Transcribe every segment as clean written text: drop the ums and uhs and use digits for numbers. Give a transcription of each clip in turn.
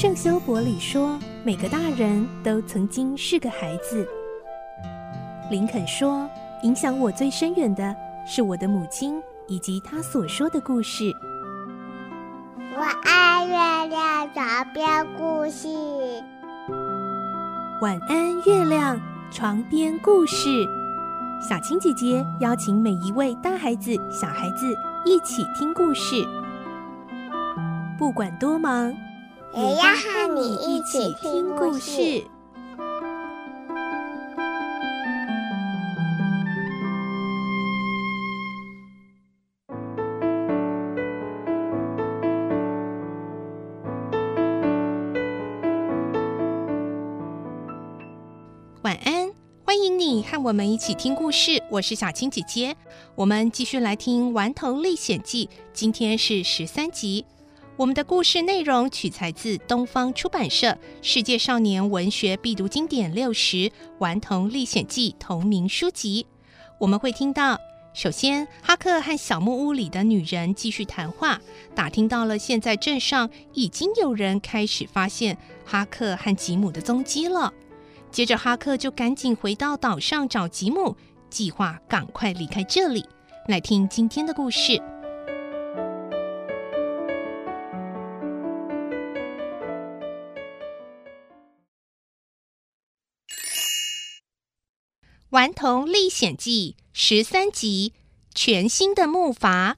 圣修伯里说，每个大人都曾经是个孩子。林肯说，影响我最深远的是我的母亲以及她所说的故事。 我爱月亮床边故事。 晚安，月亮，床边故事。小青姐姐邀请每一位大孩子、小孩子一起听故事，不管多忙， 也要和你一起听故事。 晚安，欢迎你和我们一起听故事，我是小青姐姐。我们继续来听《顽童历险记》，今天是13集。我们的故事内容取材自东方出版社《世界少年文学必读经典60》《顽童历险记》同名书籍。我们会听到，首先哈克和小木屋里的女人继续谈话，打听到了现在镇上已经有人开始发现哈克和吉姆的踪迹了。接着哈克就赶紧回到岛上找吉姆，计划赶快离开这里。来听今天的故事。顽童历险记13集，全新的木筏。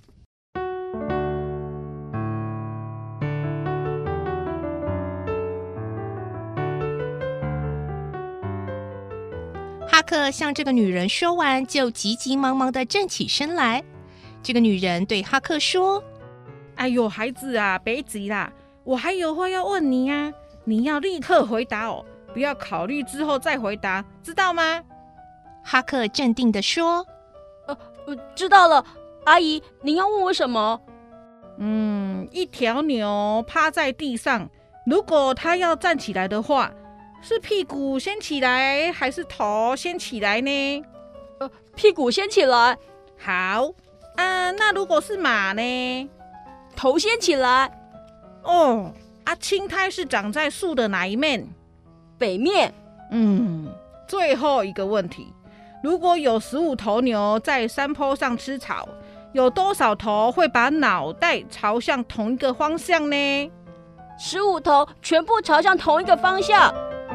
哈克向这个女人说完，就急急忙忙地站起身来。这个女人对哈克说： 哎呦，孩子啊，别急啦，我还有话要问你啊，你要立刻回答哦，不要考虑之后再回答，知道吗？ 哈克镇定地说： 知道了，阿姨，您要问我什么？ 一条牛趴在地上，如果它要站起来的话，是屁股先起来还是头先起来呢？ 屁股先起来。 好啊，那如果是马呢？ 头先起来。 哦，青苔是长在树的哪一面？ 北面。 最后一个问题，如果有15头牛在山坡上吃草，有多少头会把脑袋朝向同一个方向呢 ？15头全部朝向同一个方向。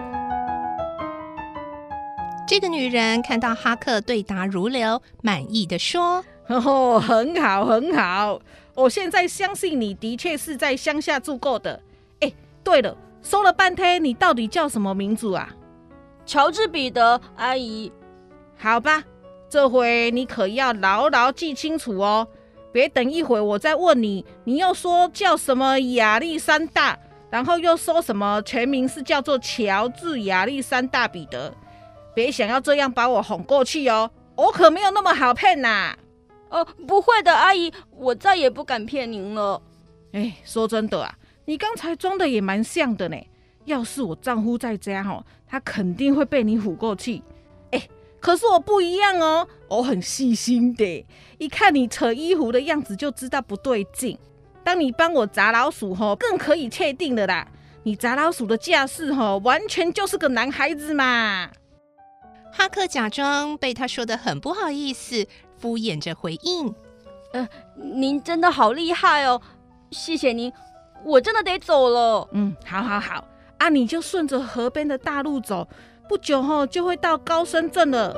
这个女人看到哈克对答如流，满意地说： 很好很好，我现在相信你的确是在乡下住过的。对了，说了半天你到底叫什么名字啊？ 乔治彼得，阿姨。 好吧，这回你可要牢牢记清楚哦，别等一会我再问你，你又说叫什么亚历山大，然后又说什么全名是叫做乔治亚历山大彼得，别想要这样把我哄过去哦，我可没有那么好骗呐。 不会的，阿姨，我再也不敢骗您了。 说真的啊，你刚才装的也蛮像的呢。要是我丈夫在家他肯定会被你唬过去。可是我不一样哦，我很细心的，一看你扯衣服的样子就知道不对劲。当你帮我砸老鼠更可以确定了啦，你砸老鼠的架势完全就是个男孩子嘛。 哈克假装被他说得很不好意思，敷衍着回应： 您真的好厉害哦，谢谢您，我真的得走了。 好你就顺着河边的大路走，不久就会到高升镇了。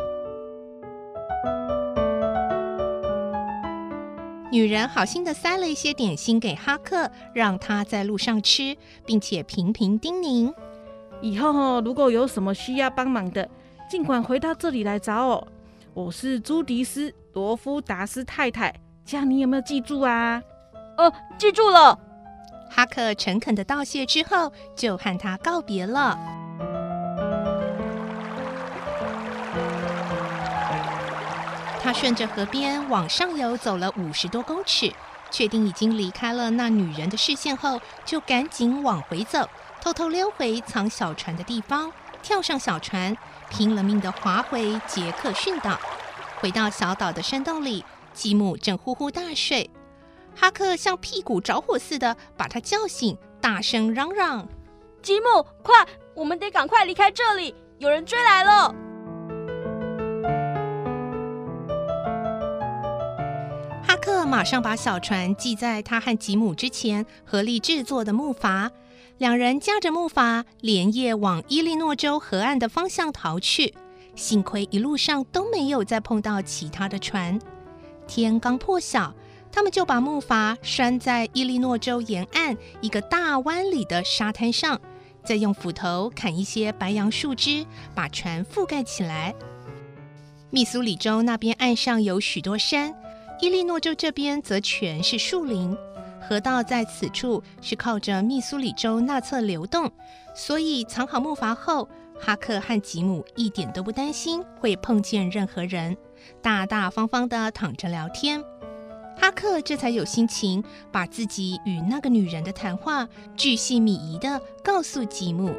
女人好心地塞了一些点心给哈克，让他在路上吃，并且频频叮咛： 以后如果有什么需要帮忙的，尽管回到这里来找我。我是朱迪斯·罗夫达斯太太，这样你有没有记住啊？ 记住了。 哈克诚恳地道谢之后，就和他告别了。他顺着河边往上游走了50多公尺，确定已经离开了那女人的视线后，就赶紧往回走，偷偷溜回藏小船的地方，跳上小船，拼了命地划回杰克逊岛。回到小岛的山洞里，吉姆正呼呼大睡。哈克像屁股着火似的把他叫醒，大声嚷嚷： 吉姆，快，我们得赶快离开这里，有人追来了。 哈克马上把小船系在他和吉姆之前合力制作的木筏，两人驾着木筏连夜往伊利诺州河岸的方向逃去。幸亏一路上都没有再碰到其他的船。天刚破晓，他们就把木筏拴在伊利诺州沿岸一个大湾里的沙滩上，再用斧头砍一些白杨树枝，把船覆盖起来。密苏里州那边岸上有许多山，伊利诺州这边则全是树林。河道在此处是靠着密苏里州那侧流动，所以藏好木筏后，哈克和吉姆一点都不担心会碰见任何人，大大方方地躺着聊天。哈克这才有心情把自己与那个女人的谈话巨细靡遗地告诉吉姆。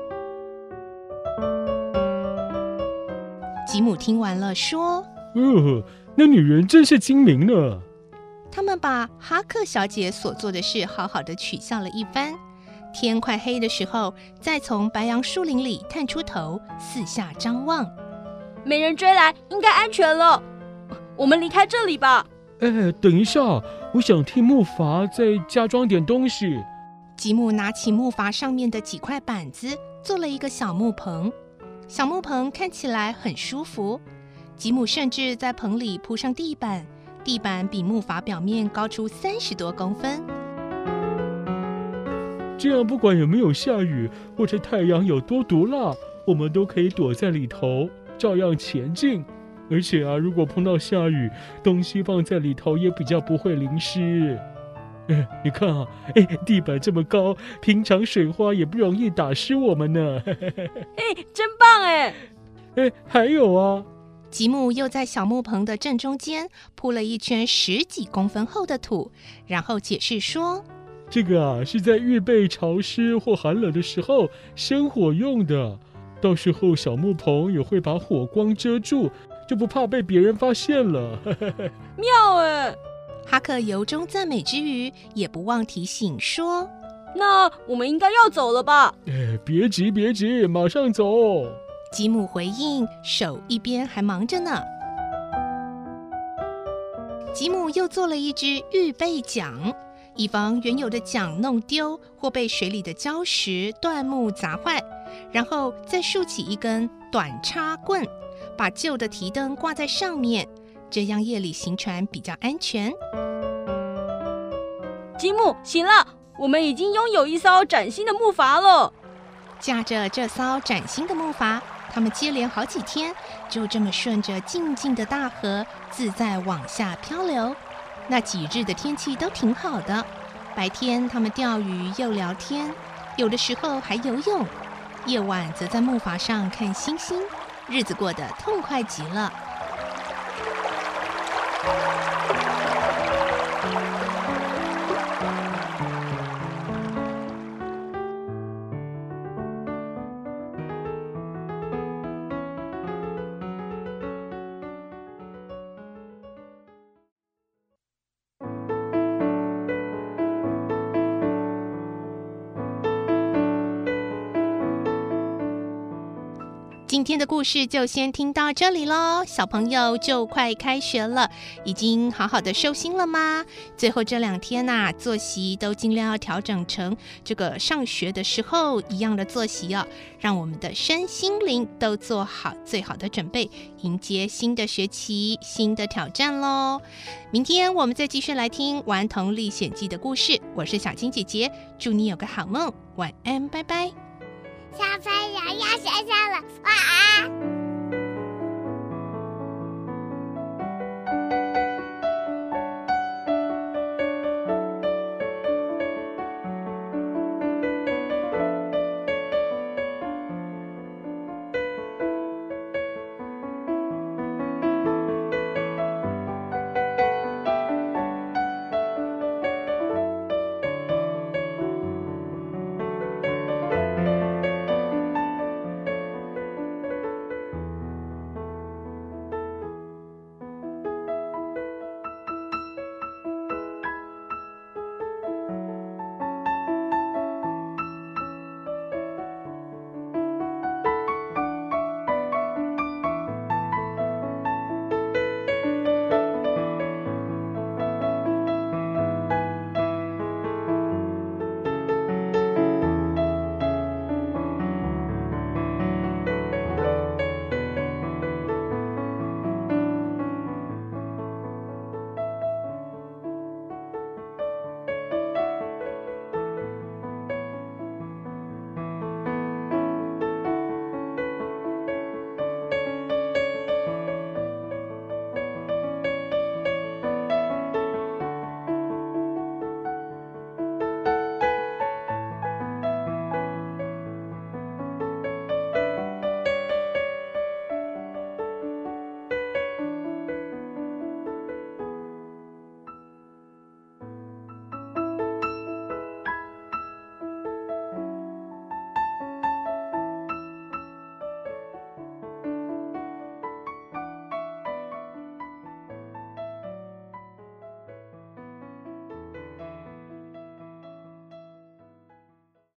吉姆听完了说： 那女人真是精明呢。 他们把哈克小姐所做的事好好的取笑了一番。天快黑的时候，再从白杨树林里探出头，四下张望。 没人追来，应该安全了。我们离开这里吧。 等一下，我想替木筏再加装点东西。 吉姆拿起木筏上面的几块板子，做了一个小木棚。小木棚看起来很舒服。吉姆甚至在棚里铺上地板，地板比木筏表面高出30多公分。 这样不管有没有下雨，或者太阳有多毒辣，我们都可以躲在里头，照样前进。而且如果碰到下雨，东西放在里头也比较不会淋湿。你看地板这么高，平常水花也不容易打湿我们呢。 真棒哎！ 还有吉姆又在小木棚的正中间铺了一圈10几公分厚的土，然后解释说： 这个是在预备潮湿或寒冷的时候生火用的，到时候小木棚也会把火光遮住，就不怕被别人发现了。 妙哎！ 哈克由衷赞美之余，也不忘提醒说： 那我们应该要走了吧？ 别急，马上走。 吉姆回应，手一边还忙着呢。吉姆又做了一只预备桨，以防原有的桨弄丢或被水里的礁石、断木砸坏，然后再竖起一根短插棍，把旧的提灯挂在上面，这样夜里行船比较安全。 吉姆，行了，我们已经拥有一艘崭新的木筏了。 驾着这艘崭新的木筏，他们接连好几天就这么顺着静静的大河自在往下漂流。那几日的天气都挺好的，白天他们钓鱼又聊天，有的时候还游泳，夜晚则在木筏上看星星，日子过得痛快极了。今天的故事就先听到这里咯，小朋友就快开学了，已经好好的收心了吗？最后这2天作息都尽量要调整成这个上学的时候一样的作息哦，让我们的身心灵都做好最好的准备，迎接新的学期、新的挑战咯。明天我们再继续来听《顽童历险记》的故事，我是小青姐姐，祝你有个好梦，晚安，拜拜。 小朋友要睡觉了，晚安。